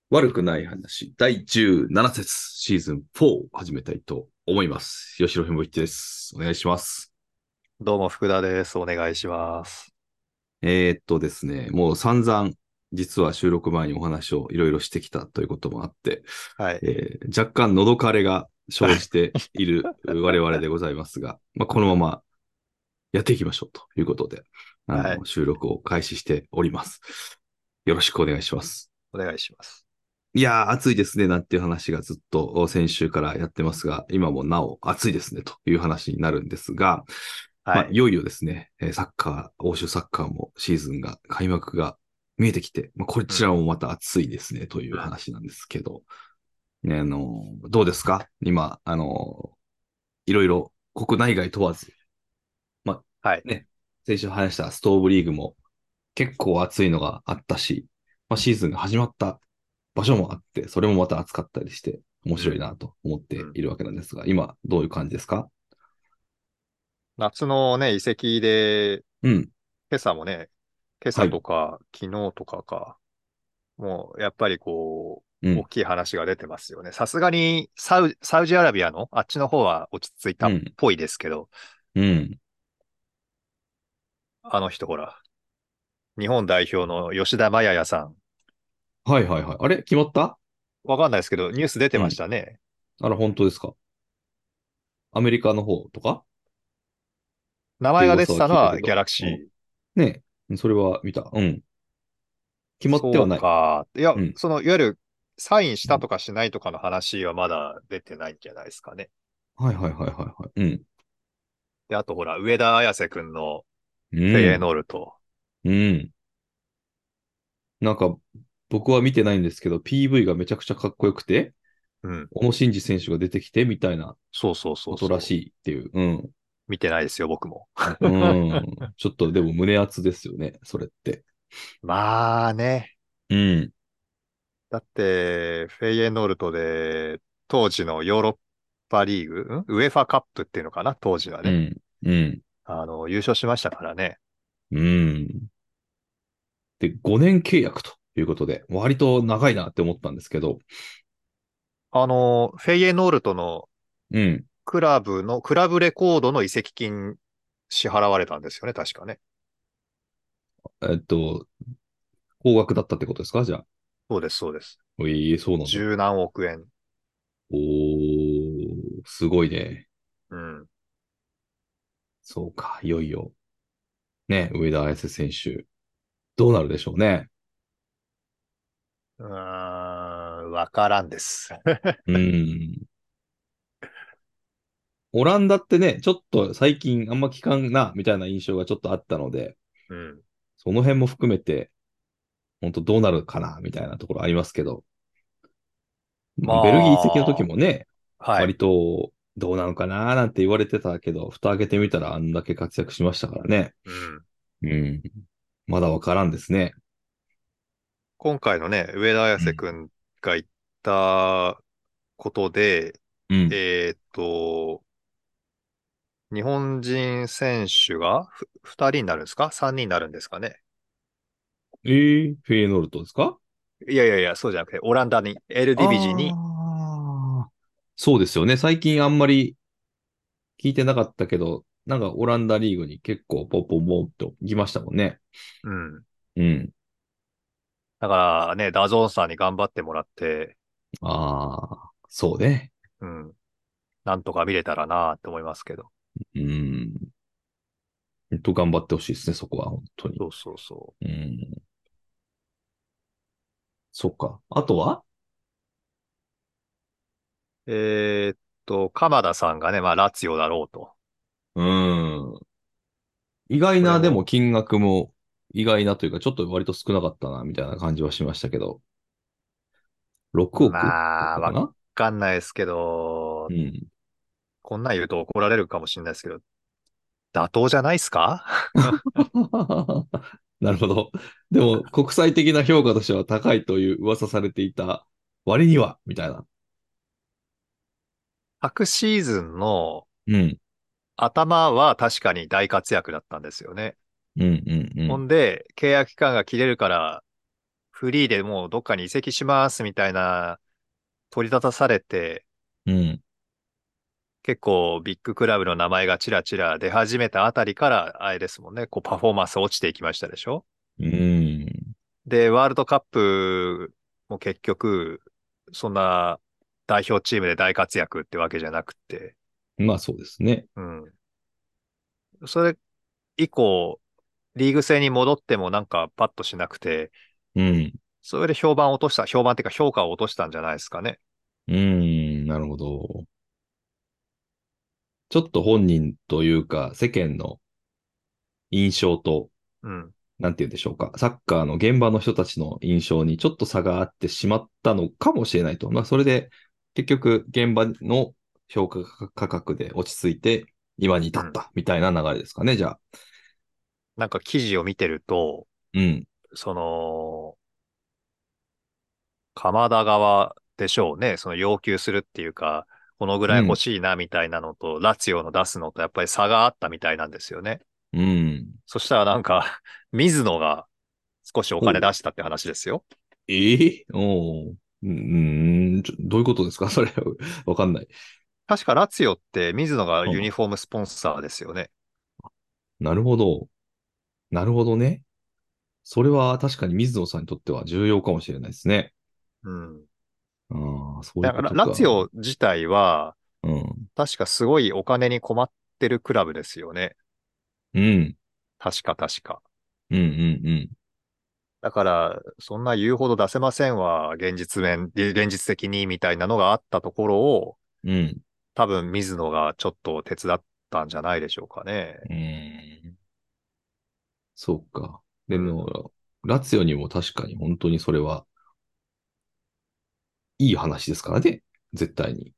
悪くない話、第17節、シーズン4を始めたいと思います。吉野ひもいちです。お願いします。 どうも、福田です。お願いします。 ですね、もう散々、実は収録前にお話をいろいろしてきたということもあって、 はい。 若干喉枯れが生じている我々でございますが、このままやっていきましょうということで、 はい。 収録を開始しております。よろしくお願いします。 お願いします。 いやー、暑いですね、なんていう話がずっと先週からやってますが、今もなお暑いですね、という話になるんですが、いはい。 よいよですね、サッカー、欧州サッカーもシーズンが、開幕が見えてきて、こうん。 ちらもまた暑いですね、といううん。 話なんですけど、ね、どうですか今、いろいろ国内外問わず、まはい。 ね、先週話したストーブリーグも結構暑いのがあったし、シーズンが始まった場所もあって、それもまた暑かったりして、面うん。 白いなと思っうん。 ているわけなんですが、今、どういう感じですか？ 夏のね、遺跡で、 うん。 今朝もね、今はい。 朝とか、昨日とかか、もう、やっぱり大うん。 きい話が出てますよね。さすがにサウジアラビアのあっちの方は落ち着いたっうん。 ぽいですけど、 うん。 あの人ほら、日本代表の吉田麻也也さん、 はいはいはい。あれ決まった？ わかんないですけど、ニュース出てましうん。 たね。 あら、本当ですか？アメリカの方とかって名前が出て噂はたのはギャ聞いたけど。うん。 ラクシー。 ねえ、それは見た。うん。決まってそうはない。 か。いや、 うん。 いわゆる、サインしうん。 たとかしないとかの話はまだ出てないんじゃないですかね。 はいはいはいはいはい。うん。 で、あとほら、上田綺世君のうフェイエん。 ノールと、 うん。なんか、僕は見てないんですけど、PV がめちゃくちゃかっこよくて、 うん。 小野伸二選手が出てきてみたいなそうそうそことらうそう。 しいっていう。うん。 見てないですよ、僕も。 うん。ちょっとでも胸熱ですよね、それって。 まあね。 うん。 だって、フェイエノールとで、当時のヨーロッパリーグ、ウェファカップっていうのかな、当時はね。 うん。うん。 優勝しましたからね。 うん。で、5年契約ということで、割と長いなって思ったんですけど、 フェイエノールとのうん。 クラブレコードの移籍金支払われたんですよね、確かね。 えっと、高額だったってことですかじゃあ？ そうです、そうです。 そうなんだ。 十何億円。 おー、すごいね。 うん。 そうか、いよいよ。ね、上田綺世選手、どうなるでしょうね。 わからんです。 うん。オランダってね、ちょっと最近あんま聞かんな、みたいな印象がちょっとあったので、 うん。 その辺も含めて、本当どうなるかな、みたいなところありますけど、ベルギー移籍の時まあ、 もね、 はい。 割とどうなのかな、なんて言われてたけど、蓋開けてみたらあんだけ活躍しましたからね。 うん。 うん。まだわからんですね。 今回のね、上田綺世うん。 君が言ったことで、 うん。 えーっと、日本人選手が2人になるんですか？ 3 人になるんですかね。 フェーノルトですか？ いやいやいや、そうじゃなくて、オランダに、エルディビジに、 ああ、そうですよね。最近あんまり聞いてなかったけど、なんかオランダリーグに結構ポッポポッと行きましたもんね。 うん。 うん。 だからね、ダゾーンさんに頑張ってもらって、 ああ、そうね。 うん。なんとか見れたらなって思いますけど。 うん。頑張ってほしいですね、そこは、本当に。 そうそうそうん。そっか。あとは？ う。鎌田さんがね、まあ、ラツィオだろうと。 うん。意外な、でもこれも、 金額も意外なというか、ちょっと割と少なかったな、みたいな感じはしましたけど、6億だっまあ、わたかな？ かんないですけど、 うん。 こんなん言うと怒られるかもしれないですけど、妥当じゃないですか？ なるほど。でも、国際的な評価としては高いという噂されていた割には、みたいな。 昨シーズンのうん。 頭は確かに大活躍だったんですよね。 うん、うん、うん。 ほんで、契約期間が切れるからフリーでもうどっかに移籍しますみたいな取り立たされて、 うん。 結構ビッグクラブの名前がちらちら出始めたあたりから、あれですもんね、こうパフォーマンス落ちていきましたでしょ？ うん。 で、ワールドカップも結局、そんな代表チームで大活躍ってわけじゃなくて、 まあそうですね。 うん。それ以降、リーグ戦に戻ってもなんかパッとしなくて、 うん。 それで評判っていうか評価を落としたんじゃないですかね。 うん。なるほど。ちょっと本人というか、世間の印象と、 うん。 なんて言うんでしょうか。サッカーの現場の人たちの印象にちょっと差があってしまったのかもしれないと。まあ、それで結局現場の評価価格で落ち着いて今に至っうん。 たみたいな流れですかね、じゃあ。 なんか記事を見てると、 うん。 その、鎌田側でしょうね。その要求するっていうか、このぐらい欲うん。 しいなみたいなのと、ラツィオの出すのとやっぱり差があったみたいなんですよね。 うん。 そしたらなんか水野が少しお金出おう。 したって話ですよ。 おう。どういうことですかそれ、わかんない。 確かラツィオって水野がうん。 ユニフォームスポンサーですよね。 なるほど。なるほどね。それは確かに水野さんにとっては重要かもしれないですね。 うん。 ああ、そういうだからことか。 ラツィオ自体は、 うん。 確かすごいお金に困ってるクラブですよね。 うん。 確か。 うん。うん。うん。 だから、そんな言うほど出せませんわ、現実的にみたいなのがあったところを、 うん。 多分水野がちょっと手伝ったんじゃないでしょうかね。 うーん。そうか。でうん。 も、ラツィオにも確かに本当にそれはいい話ですからね。絶対に。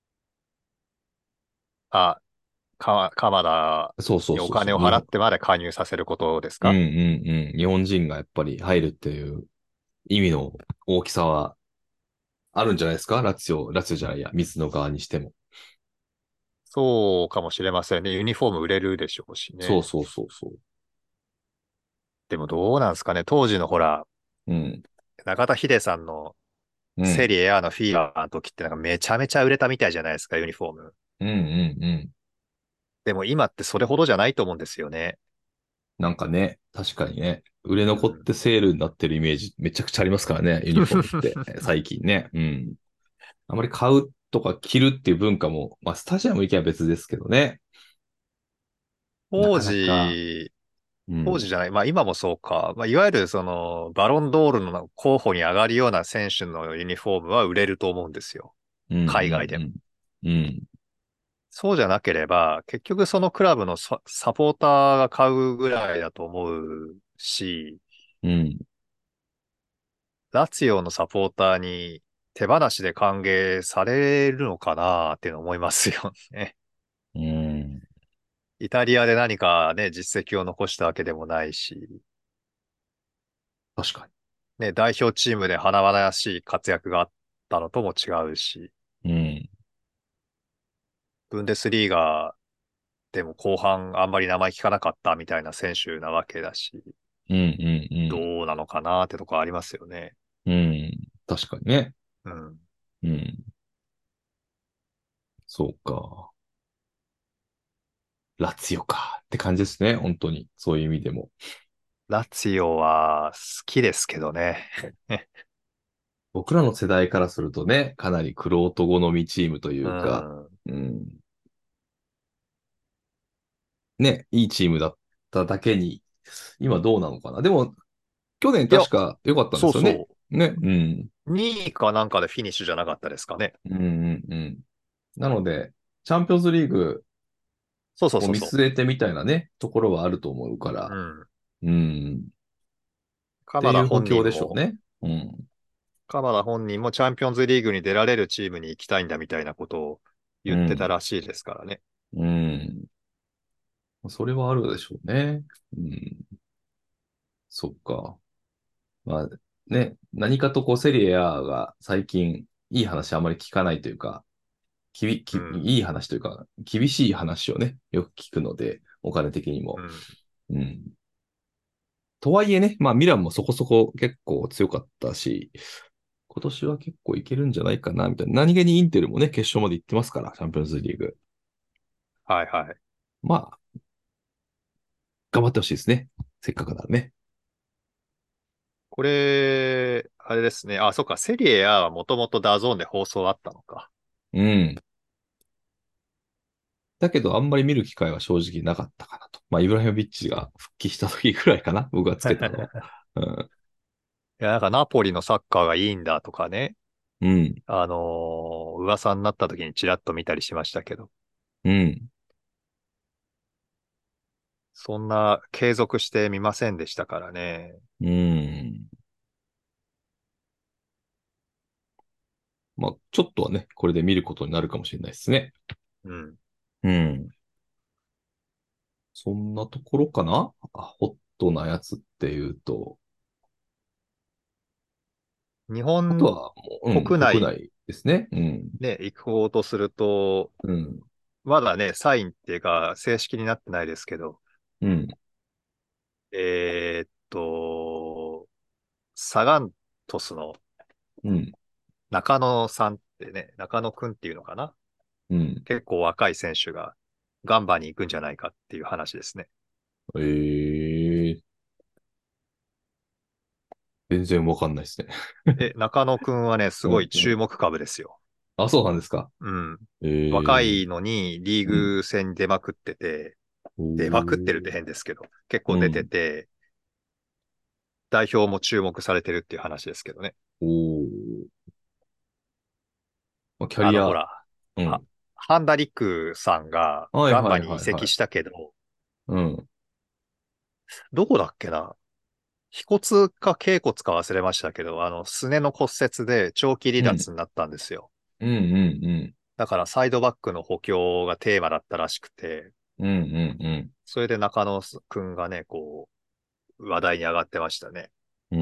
あ、鎌田そうそにおうそうそう。 金を払ってまで加入させることですうんか？ うん。日本人がやっぱり入るっていう意味の大きさはあるんじゃないですかラツィオじゃないや、水の側にしても。 そうかもしれませんね。ユニフォーム売れるでしょうしね。 そうそうそうそう。 でもどうなんですかね。当時のほら、 うん。 中田秀さんのうん。 セリエ A のフィーバーの時ってなんかめちゃめちゃ売れたみたいじゃないですか、ユニフォーム。 うんうんうん。 でも今ってそれほどじゃないと思うんですよね。 なんかね、確かにね、売れうん。 残ってセールになってるイメージめちゃくちゃありますからね、ユニフォームって、最近ね。うん。あまり買うとか着るっていう文化も、まあ、スタジアム行けば別ですけどね。な当かなか、 時、 うん、 当時じゃない、まあ今もそうか。まあいわゆるそのバロンドールの候補に上がるような選手のユニフォームは売れると思うんですよ。 うん、う海外でも。 ん、うん、うん、 そうじゃなければ、結局そのクラブのサポーターが買うぐらいだと思うし、 うん、 ラツィオのサポーターに手放しで歓迎されるのかなっていうの思いますよね。 うん、 イタリアで何かね、実績を残したわけでもないし、 確かね、代表チームで華々しい活躍があったのとも違うし、 に。うん、 ブンデスリーガでも後半あんまり名前聞かなかったみたいな選手なわけだし、 うん、うん、 どうなのかなってとこありますよね。 うん、うん、確かにね。 うん。 うん、そうか。ラツィオかって感じですね、本当に。そういう意味でも。 ラツィオは好きですけどね。 僕らの世代からするとね、かなり玄人好みチームといううか、 ん。 うん、ね、いいチームだっただけに、今どうなのかな。でも、去年いや、 確か良かったんですよね。 そうそね。うん。 う。2位かなんかでフィニッシュじゃなかったですかね。 うんうんうん。なので、チャンピオンズリーグそうそうを見そうそ据えてみたいなね、ところはあると思うかう。うら、 ん。 うん。って鎌田本いう補強でしょう人も、 ね。うん。 鎌田本人もチャンピオンズリーグに出られるチームに行きたいんだみたいなことを言ってたうん。 らしいですからね。 うん。それはあるでしょうね。うん。そっか。まあね、何かとこうセリエ A が最近いい話あまり聞かないというか、 うん。 いい話というか、厳しい話をね、よく聞くので、お金的にも。 うん。 うん。 とはいえね、まあミランもそこそこ結構強かったし、今年は結構いけるんじゃないかな、みたいな。何気にインテルもね、決勝まで行ってますから、チャンピオンズリーグ。 はいはい。 まあ、頑張ってほしいですね。せっかくならね。 これ、あれですね。あ、そっか。セリエ A はもともとダゾーンで放送あったのか。 うん。だけど、あんまり見る機会は正直なかったかなと。まあ、イブラヒモビッチが復帰した時ぐらいかな、僕がつけたのは。うん。 いや、なんかナポリのサッカーがいいんだとかね。 うん。 噂になった時にちらっと見たりしましたけど、 うん。 そんな継続してみませんでしたからね。 うん。まあ、ちょっとはね、これで見ることになるかもしれないですね。 うん。 うん。そんなところかなあ、ホットなやつっていうと、 日本あとはもう、うん、 国内国内ですね。うん。 ね、行こうとすると、 うん。 まだね、サインっていうか正式になってないですけど、 うん。 えーっと、サガン鳥栖のうん。 中野さんってね、中野くんっていうのかな。 うん。 結構若い選手がガンバに行くんじゃないかっていう話ですね。 ええ、全然わかんないですね。 中野くんはね、すごいうん。うん。 注目株ですよ。 あ、そうなんですか。 うん。若ええ、 いのにリーうん。 グ戦に出まくってて、 お出まくってるってー。 変ですけど、結構出てうん。 て、代表も注目されてるっていう話ですけどね。 おー。まあ、キャリア、 ほら、は、 うん。 ハンダリックさんがはいはいガンバに移はいはい。 籍したけど、 うん。 どこだっけな。腓骨か脛骨か忘れましたけど、すねの骨折で長期離うん。 脱になったんですよ。 うんうんだからサイドバックの補強がテーマだったらしくて、 うん。うんうんそれで中野くんがね、話題に上がってましたね。 うん。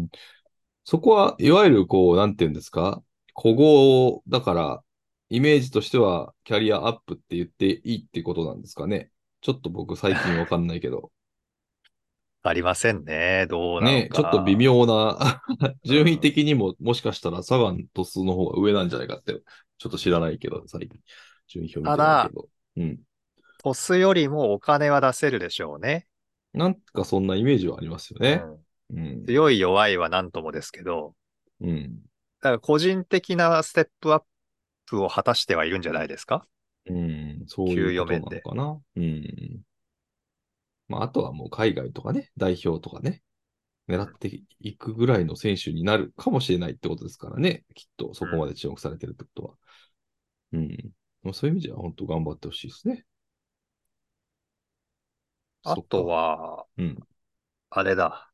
そこは、いわゆるこう、なんていうんですか、古豪だから、イメージとしては、キャリアアップって言っていいってことなんですかね。ちょっと僕最近わかんないけど。 ありませんね。どうなのね、ちょっと微か。 妙な順位うん。 的にも、もしかしたらサガン鳥栖の方が上なんじゃないかって、ちょっと知らないけど、最近、順位表見ただ、 てないけど。うん。 トスよりもお金は出せるでしょうね。 なんかそんなイメージはありますよね。 うん。 うん。 強い弱いは何ともですけど、 うん。 だから個人的なステップアップを果たしてはいるんじゃないですか？ うん。そうい給うこと与面で。 なのかな。うん。まあ、あとはもう海外とかね、代表とかね、狙っていくぐらいの選手になるかもしれないってことですからね。きっとそこまうん。 で注目されてるってことは。うん。まあそういう意味では本当頑張ってほしいですね。 あとそっか。 は、 うん。 あれだ。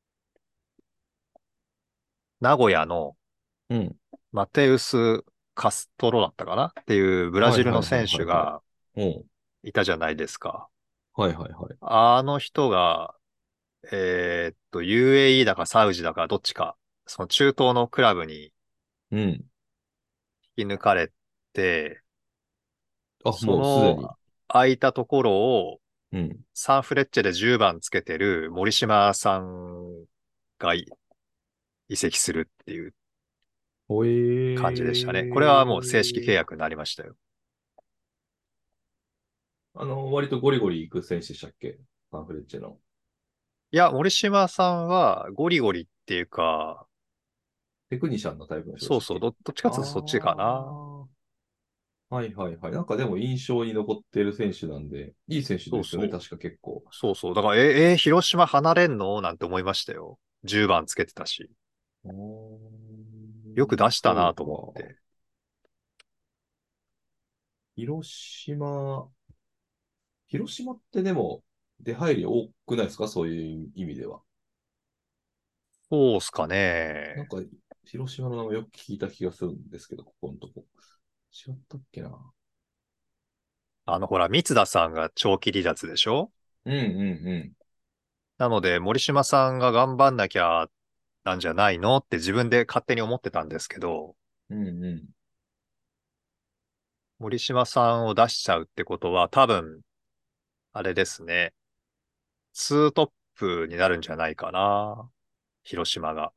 名古屋のうん。 マテウス・カストロだったかなっていうブラはいはいはいジルの選はいはい。 手がうん。 いたじゃないですか。 はいはいはい。 あの人が、UAE だかサウジだかどっちか、その中東のクラブにうん。 引き抜かれて、 あ、もうすでそのに。 空いたところをうん。 サンフレッチェで10番つけてる森島さんが移籍するっていうほえ感じでしたね。これはもう正式契ー。 約になりましたよ。 割とゴリゴリ行く選手でしたっけ、サンフレッチェの。 いや、森島さんはゴリゴリっていうか、 テクニシャンのタイプの人でそうそう、 したっけ？ どっちかあっていうとそっちかあな。 ー。はいはいはい。なんかでも印象に残っている選手なんで、いい選手ですよね、 そうそう。 確か結構。 そうそう。だから、広島離れんのなんて思いましたよ。10番つけてたし。 うーよく出ん、 したなと思っそうか。 て。 広島、広島ってでも出入り多くないですか、そういう意味では。 そうっすかね。 なんか、広島の名前よく聞いた気がするんですけど、ここのとこ。違ったっけな。 ほら、三田さんが長期離脱でしょ？ うんうんなので、森島さんが頑張んなきゃなんじゃないのって自分で勝手に思ってたんですけど、 うん。うんうん。 森島さんを出しちゃうってことは多分、あれですね。ツートップになるんじゃないかな。広島が。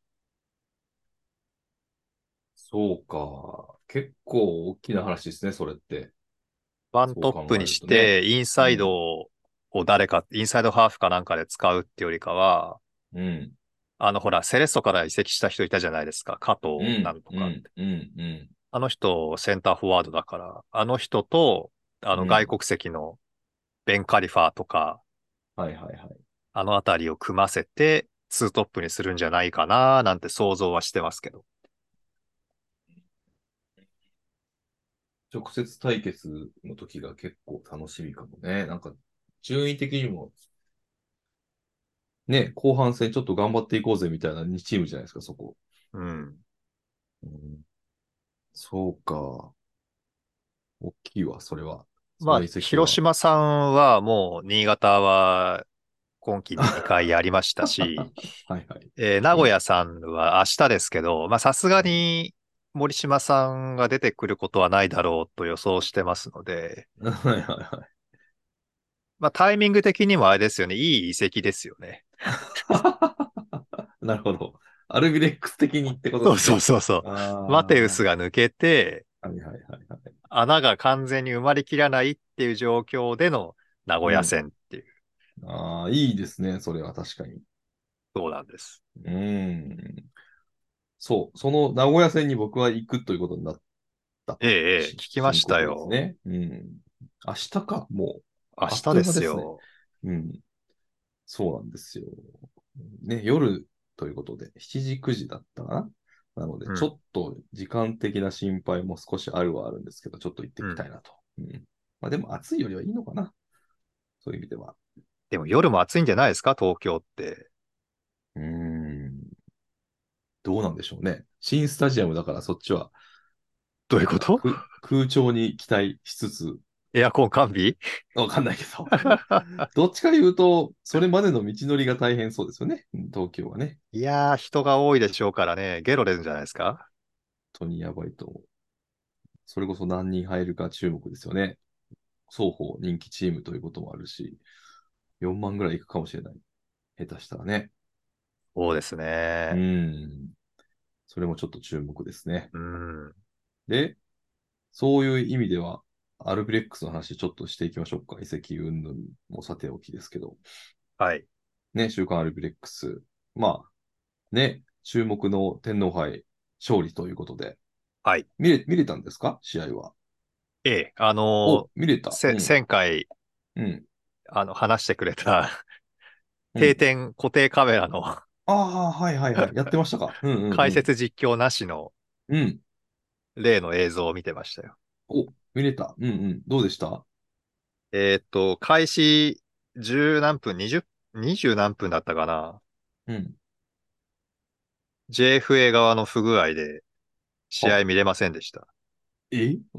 そうか。結構大きな話ですね、それって。 ワンそう考トップにえるとね。 して、インサイドうん。 を誰か、インサイドハーフかなんかで使うってよりかは、 うん。 ほら、セレッソから移籍した人いたじゃないですか。加藤なうん。 んとか。 うん。うん。うん。 あの人、センターフォワードだから、あの人と、外うん。 国籍のベン・カリファーとか、 はいはいはい。 あのあたりを組ませて、ツートップにするんじゃないかな、なんて想像はしてますけど。 直接対決の時が結構楽しみかもね。なんか、順位的にも、ね、後半戦ちょっと頑張っていこうぜみたいな2チームじゃないですか、そこ。 うん。 うん、そうか。大きいわ、それは。そまあ、 の遺跡は。 広島さんはもう、新潟は今季で2回やりましたし、 はいはい。 名うん。 古屋さんは明日ですけど、まあ、さすがに森島さんが出てくることはないだろうと予想してますので、 はいはいはい。 まあ、タイミング的にもあれですよね。いい移籍ですよね。 なるほど。アルビレックス的にってことそうそうですね。 そうそう。マテウあスが抜けて、 あ、はいはいはいはい。 穴が完全に埋まりきらないっていう状況での名古屋うん。 戦っていう、 ああ、いいですね。それは確かに。 そうなんです。 うん。そう。その名古屋戦に僕は行くということになったええ、ええ、聞きまし申告ですたよ。 ね。うん。明日か、もう。あっという間明日ですですね。 よ。 うん。そうなんですよ。ね、夜ということで、7時、9時だったかな。なので、 うん、 ちょっと時間的な心配も少しあるはあるんですけど、ちょっと行ってうん。 きたいなと。うん。まあでも暑いよりはいいのかな。そういう意味では。 でも夜も暑いんじゃないですか、東京って。 うーん。どうなんでしょうね。新スタジアムだからそっちは、なんかどういうこと？ 空調に期待しつつ、 エアコン完備？ わかんないけど。どっちか言うと、それまでの道のりが大変そうですよね。東京はね。 いやー、人が多いでしょうからね。ゲロ出るんじゃないですか？ 本当にやばいと思う。それこそ何人入るか注目ですよね。双方人気チームということもあるし、4万ぐらいいくかもしれない。下手したらね。 そうですうね。 ん。それもちょっと注目ですね。 うん。 で、そういう意味では、アルビレックスの話ちょっとしていきましょうか。移籍云々もさておきですけど。 はい。 ね、週刊アルビレックス。まあ、ね、注目の天皇杯勝利ということで。 はい。 見れたんですか試合は？ ええ、 お、見れた。うん。 前回、 うん。 話してくれたうん。 定点固定カメラのああ、はいはいはい。やってましたか。うんうんうん。 解説実況なしのうん。 例の映像を見てましたよ。 お、見れた。うんうん。どうでした？ 開始10何分、20何分だったかな。 うん。 JFA 側の不具合で試は、 合見れませんでした。 うん。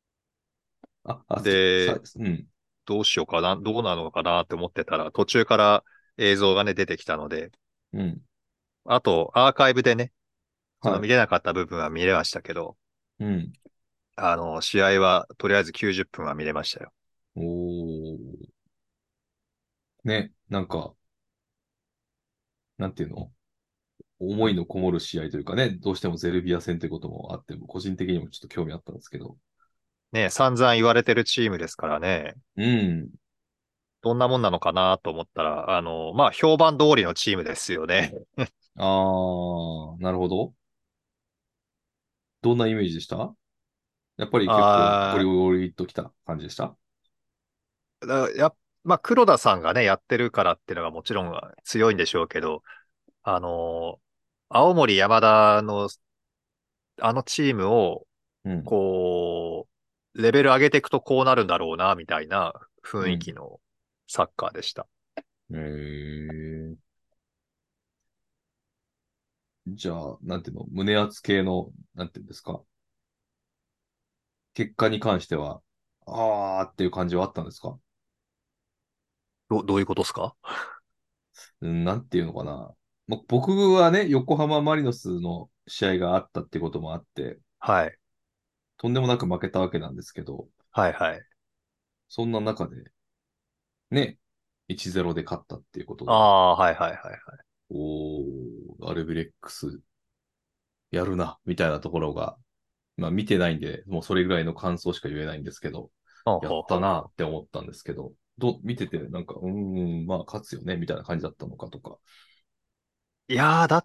で、 うん。 どうしようかな、どうなのかなって思ってたら、途中から映像がね、出てきたので、 うん。 あと、アーカイブでね、そのはい。 見れなかった部分は見れましたけど、 うん。 試合はとりあえず90分は見れましたよ。 おー。ね、なんか、なんていうの思いうん。 のこもる試合というかね、どうしてもゼルビア戦ってこともあって、個人的にもちょっと興味あったんですけど。 ね、散々言われてるチームですからね、 うん。 どんなもんなのかなと思ったら、まあ、評判通りのチームですよね。 あー、なるほど。どんなイメージでした？やっぱり結構ゴリあゴリっときた感じでした？ まあ、黒田さんがね、やってるからっていうのがもちろん強いんでしょうけど、あの、青森山田のあのチームを、 うん。 こレベル上げていくとこうなるんだろうな、みたいな雰うん。 囲気のサッカーでした。 じゃあ、なんていうの、胸圧系の、なんていうんですか、結果に関しては、あーっていう感じはあったんですか？ どういうことですか？ うん、なんていうのかな。僕はね、横浜マリノスの試合があったってこともあって、 はい。 とんでもなく負けたわけなんですけど、 はいはい。 そんな中で、ね、 1-0で勝ったっていうことあで。 あ、はいはいはいはい。 おー、アルビレックスやるな、みたいなところが、まあ見てないんで、もうそれぐらいの感想しか言えないんですけど、 ほうほうやったなほうほう。 って思ったんですけど、見ててなんか、まあ勝つよね、みたいな感じだったのかとか。 いやー、だって、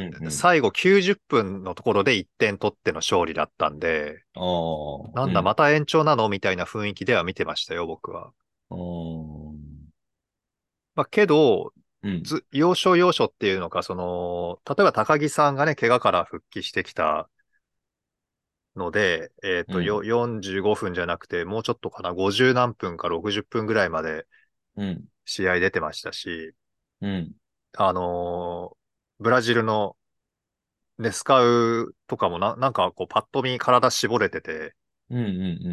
うんうん。 最後90分のところで1点取っての勝利だったんで、 ああ、 なんだ、 うん。 また延長なのみたいな雰囲気では見てましたよ、僕は。 あーまあ、けど、 うん、 要所要所っていうのか、例えば高木さんがね、怪我から復帰してきたので、 うん、 45分じゃなくて、もうちょっとかな、50何分か60分ぐらいまでうん、 試合出てましたし、 うん、 あのブラジルのネスカウとかもなんかこうパッと見体絞れてて、 うん、うん、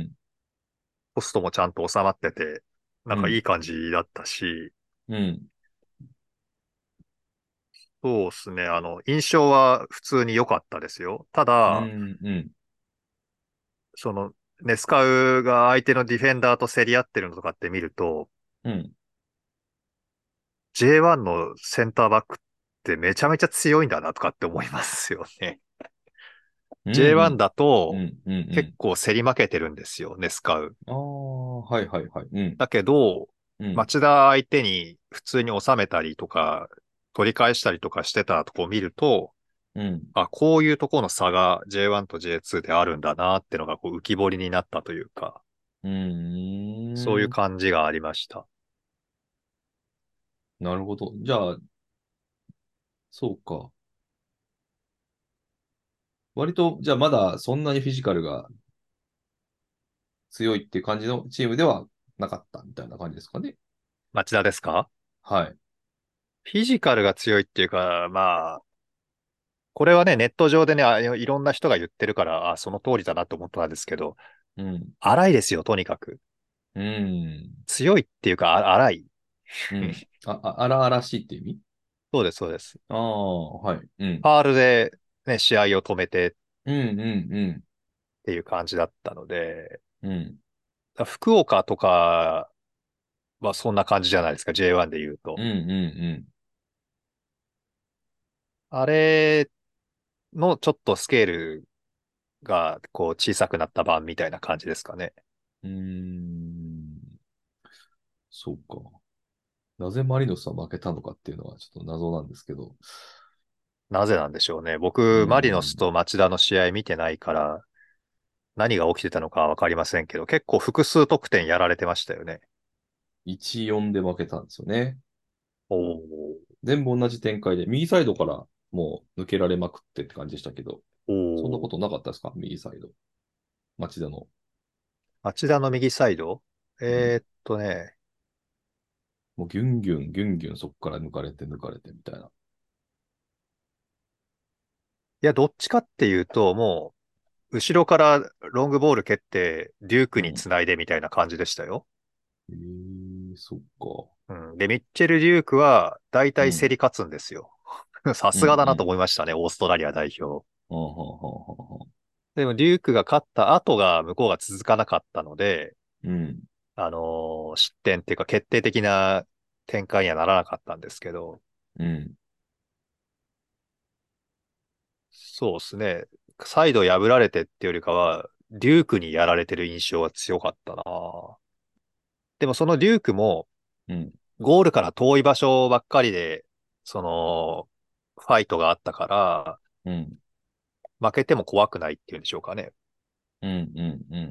ポストもちゃんと収まってて、なんうん、 かいい感じだったし、 うん、 そうですね、印象は普通に良かったですよ。たうん、 だ、 うん、 その、ネスカウが相手のディフェンダーと競り合ってるのとかって見ると、 うん、 J1 のセンターバックってめちゃめちゃ強いんだなとかって思いますよね。 うん、う J1 ん、 だとうん、うん、うん。 結構競り負けてるんですよ、ネスカウ。 ああ、はいはいはい。うん、 だけど、 うん、 町田相手に普通に収めたりとか、取り返したりとかしてたとこを見ると、 うん、 あ、こういうところの差が J1 と J2 であるんだなってのがこう浮き彫りになったというか、 うそういうーん。 感じがありました。 なるほど。じゃあ、そうか。割と、じゃあまだそんなにフィジカルが強いっていう感じのチームではなかったみたいな感じですかね。 町田ですか？ はい。 フィジカルが強いっていうか、まあ、これはね、ネット上でね、いろんな人が言ってるから、その通りだなと思ったんですけど、 うん。 荒いですよ、とにかく。 うん。 強いっていうか、荒い。 うん。荒々しいって意味？ そうです、そうです。 ああ、はい。うん。 ファールでね、試合を止めてっうん、うん、うん。 ていう感じだったので、 うん。 福岡とかはそんな感じじゃないですか、J1 で言うと。 うん、うん、 あれのちょっとスケールがこう小さくなった版みたいな感じですかね。 うん。うーん。そうか。なぜマリノスは負けたのかっていうのはちょっと謎なんですけど。 なぜなんでしょうね。 う僕、マリノスん。 と町田の試合見てないから、何が起きてたのかはわかりませんけど、結構複数得点やられてましたよね。 1-4で負けたんですよね。 おー。 全部同じ展開で、右サイドからもう抜けられまくってって感じでしたけど、 おー。 そんなことなかったですか右サイド。町田の。 町田の右サイド。 うん。 ね、 もうギュンギュン、ギュンギュンそこから抜かれてみたいな。 いや、どっちかっていうと、もう、後ろからロングボール蹴って、デュークにうん。 つないでみたいな感じでしたよ。 そっか。 うん。で、ミッチェル・デュークは、大うん。 体競り勝つんですよ。さうん、 すがだなとうん。 思いましたね、オーストラリア代表。 はあ、はあ、はあ、はあ。 でも、デュークが勝った後が、向こうが続かなかったので、 うん、 失点っていうか、決定的な展開にはならなかったんですけど、 うん、 そうですね。サイド破られてってよりかは、デュークにやられてる印象が強かったな。でもそのデュークも、 うん、 ゴールから遠い場所ばっかりで、その、ファイトがあったから、 うん、 負けても怖くないっていうんでしょうかね。 うん、うん、うん。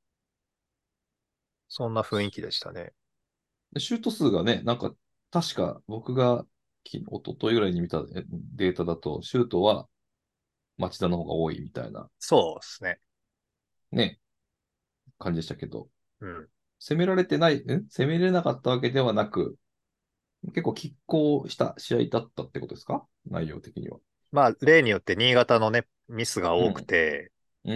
そんな雰囲気でしたね。 でシュート数がね、なんか、確か僕が一昨日ぐらいに見たデータだと、シュートは町田の方が多いみたいなそうですね。 ね、感じでしたけど、 うん。 攻められてない、攻めれなかったわけではなく、結構拮抗した試合だったってことですか内容的には。 まあ、例によって新潟のね、ミスが多くうん、 て、 うん、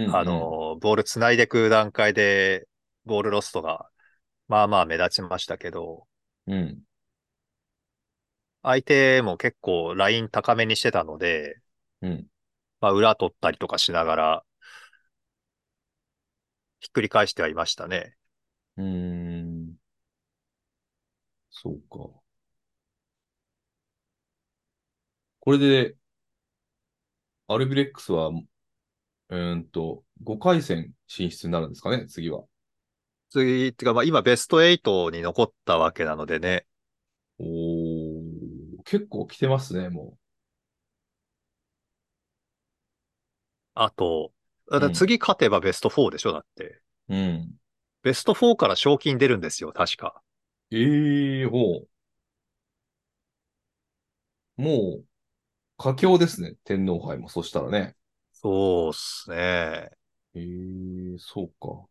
ボール繋いでいく段階で、ボールロストが、まあまあ目立ちましたけど、 うん、うん、 相手も結構ライン高めにしてたので、 うん、 まあ裏取ったりとかしながら、ひっくり返してはいましたね。 うーん。 そうか。これで、アルビレックスは、5回戦進出になるんですかね、次は。 次、ってかまあ今ベスト8に残ったわけなのでね。 おー、結構来てますね、もあと、 う。うん。 次勝てばベスト4でしょだって。 うん。 ベスト4から賞金出るんですよ、確か。 もう、佳境ですね、天皇杯も。そしたらね。 そうっすね。 そうか。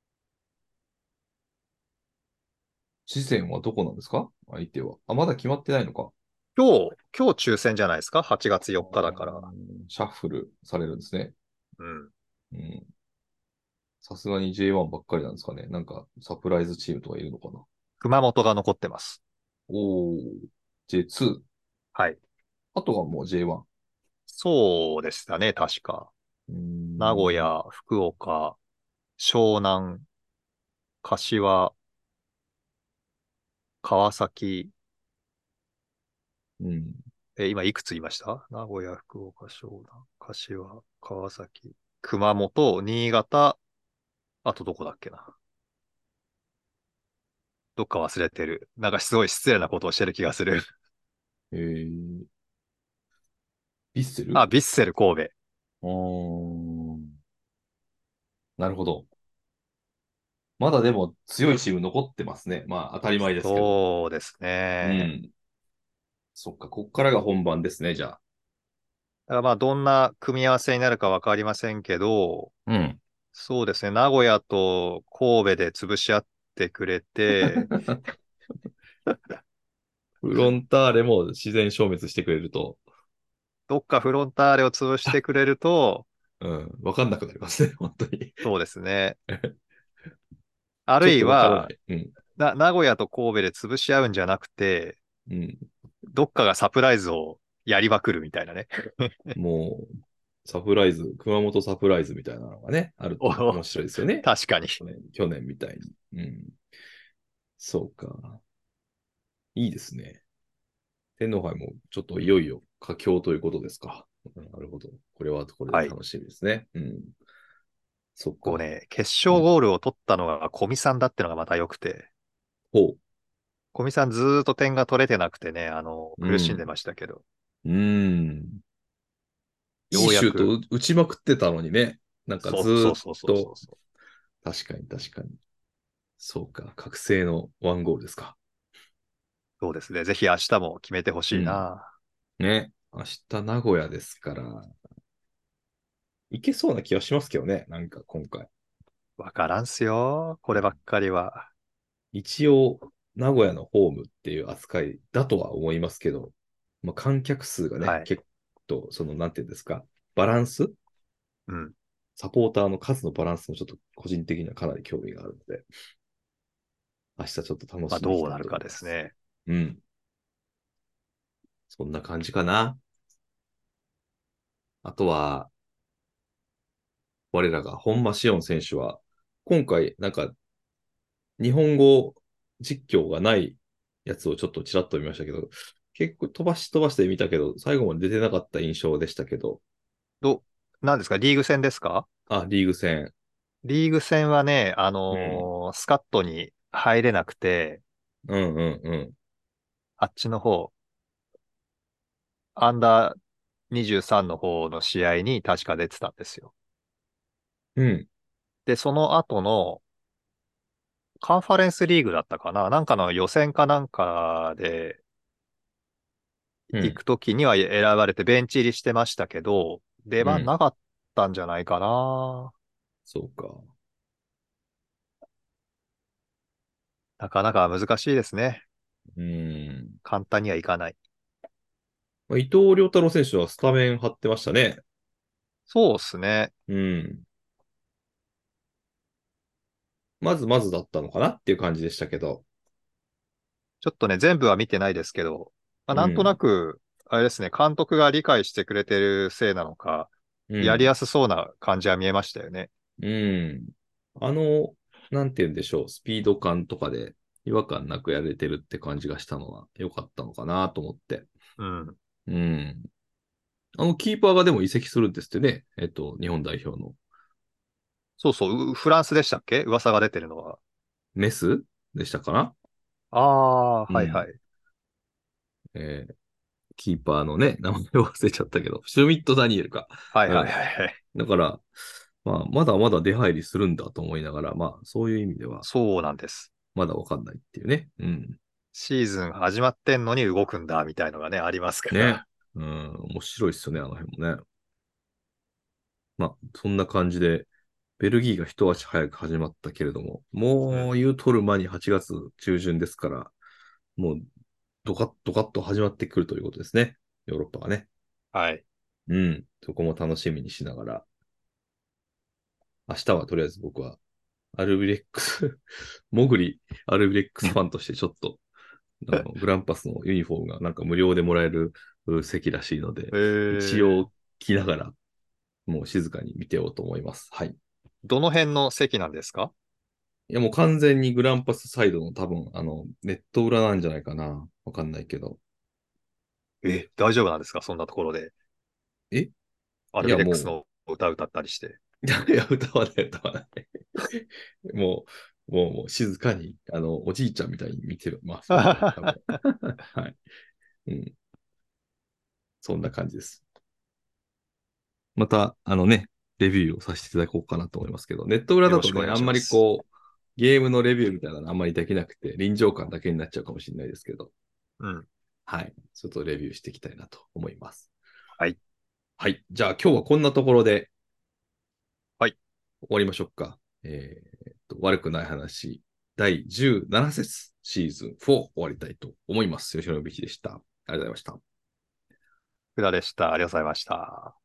次戦はどこなんですか相手は。あ、まだ決まってないのか。 今日抽選じゃないですか？ 8 月4日だから。 シャッフルされるんですね。 うん。 うん。さすがに J1 ばっかりなんですかね。なんか、サプライズチームとかいるのかな。 熊本が残ってます。 おー、J2。 はい。 あとはもう J1。 そうでしたね、確か。 うーん。 名古屋、福岡、湘南、柏、川崎、 うん。 今いくつ言いました？名古屋、福岡、湘南、柏、川崎、熊本、新潟、あとどこだっけな。どっか忘れてる。なんかすごい失礼なことをしてる気がする。 えー、ヴィッセル。 あ、ヴィッセル神戸。 あー、なるほど。まだでも強いチーム残ってますね。まあ当たり前ですけど。 そうですね。 うん。そっか、こっからが本番ですね、じゃあ。 だからまあどんな組み合わせになるかわかりませんけど、 うん。 そうですね。名古屋と神戸で潰し合ってくれて、 フロンターレも自然消滅してくれると、 どっかフロンターレを潰してくれると、 うん、わかんなくなりますね、本当に。 そうですね。あるちょっいは、 とわからない。うん。 名古屋と神戸で潰し合うんじゃなくて、 うん。 どっかがサプライズをやりまくるみたいなね。 もう、サプライズ、熊本サプライズみたいなのがね、あるとお、 面白いですよね。 確かに。 去年みたいに。うん。そうか。いいですね。天皇杯もちょっといよいよ佳境ということですか。なるほど。これはこれではい。 楽しみですね。うん。そっか。 こうね、決うん。 勝ゴールを取ったのが小見さんだってのがまた良くて、 ほ小見さんずーっと点が取れてなくてね、 う。う苦しんでん。 ましたけど、 うん。いいシュートようやく、 打ちまくってたのにね。なんかずーっそうそうそうそうそと、 うそう。 確かに確かに。そうか。覚醒のワンゴールですか。 そうですね。ぜひ明日も決めてほしいうん。 な。 ね。明日名古屋ですから、いけそうな気はしますけどね。なんか今回。 わからんすよ。こうん。 ればっかりは。 一応、名古屋のホームっていう扱いだとは思いますけど、まあ、観客数がね、 はい。 結構、なんていうんですか、バランスうん。 サポーターの数のバランスもちょっと個人的にはかなり興味があるので、明日ちょっと楽まあ、 しんでいきたいどうなるかと思います。 ですね。 うん。そんな感じかな。あとは、我らが本間紫音選手は、今回、なんか、日本語実況がないやつをちょっとちらっと見ましたけど、結構飛ばし飛ばして見たけど、最後まで出てなかった印象でしたけど、 何ですか？リーグ戦ですか？ あ、リーグ戦。 リーグ戦はね、 うん。 スカットに入れなくて、 うんうんうん。 あっちの方、アンダー23の方の試合に確か出てたんですよ。 うん。 で、その後のカンファレンスリーグだったかな、なんかの予選かなんかでうん。 行くときには選ばれてベンチ入りしてましたけど、出うん。 番なかったんじゃないかな。 そうか。 なかなか難しいですね。 うん。 簡単にはいかない。 まあ、伊藤良太郎選手はスタメン張ってましたね。 そうですね。 うん。まずまずだったのかなっていう感じでしたけど。 ちょっとね、全部は見てないですけど、まあ、なんとなうん。 く、あれですね、監督が理解してくれてるせいなのか、やりうん。 やすそうな感じは見えましたよね。 うん。あの、なんて言うんでしょう。スピード感とかで。 違和感なくやれてるって感じがしたのは良かったのかなと思って。 うん。 うん。キーパーがでも移籍するんですってね。日本代表のそうそう、フランスでしたっけ噂が出てるのは。 メスでしたかな。 ああ、 うん。 はいはい。 えーキーパーのね、名前を忘れちゃったけど、シュミット・ダニエルか。 はいはいうん。 はいはい。 だから、まあ、まだまだ出入りするんだと思いながら、まあ、そういう意味では、 そうなんです。 まだわかんないっていうね。うん。 シーズン始まってんのに動くんだみたいのがね、ありますかね。 ら。 うん。面白いっすよね、あの辺もね。まあ、そんな感じで、ベルギーが一足早く始まったけれども、 うん。 もう言うとる間に8月中旬ですから、もうドカッドカッと始まってくるということですね。ヨーロッパがね。 はい。 うん。そこも楽しみにしながら、明日はとりあえず僕はアルビレックスモグリアルビレックスファンとしてちょっと、グランパスのユニフォームがなんか無料でもらえる席らしいので、一えー、 応着ながら、もう静かに見てようと思います。はい。 どの辺の席なんですか？ いや、もう完全にグランパスサイドの多分、ネット裏なんじゃないかな。わかんないけど。 大丈夫なんですかそんなところで。 えアルビいや、もレックスの歌歌ったりして。 う、いや、歌わない、歌わない。もう静かに、おじいちゃんみたいに見てます、僕は、多分。はい。うん。そんな感じです。また、レビューをさせていただこうかなと思いますけど、ネット裏だとね、 よろしくお願いあんまりします。 ゲームのレビューみたいなのあんまりできなくて、臨場感だけになっちゃうかもしれないですけど、 うん。 はい。ちょっとレビューしていきたいなと思います。 はい。 はい。じゃあ今日はこんなところではい。 終わりましょうか。悪くない話、第17節、シーズン4終わりたいと思います。吉野美希でした。ありがとうございました。 福田でした。ありがとうございました。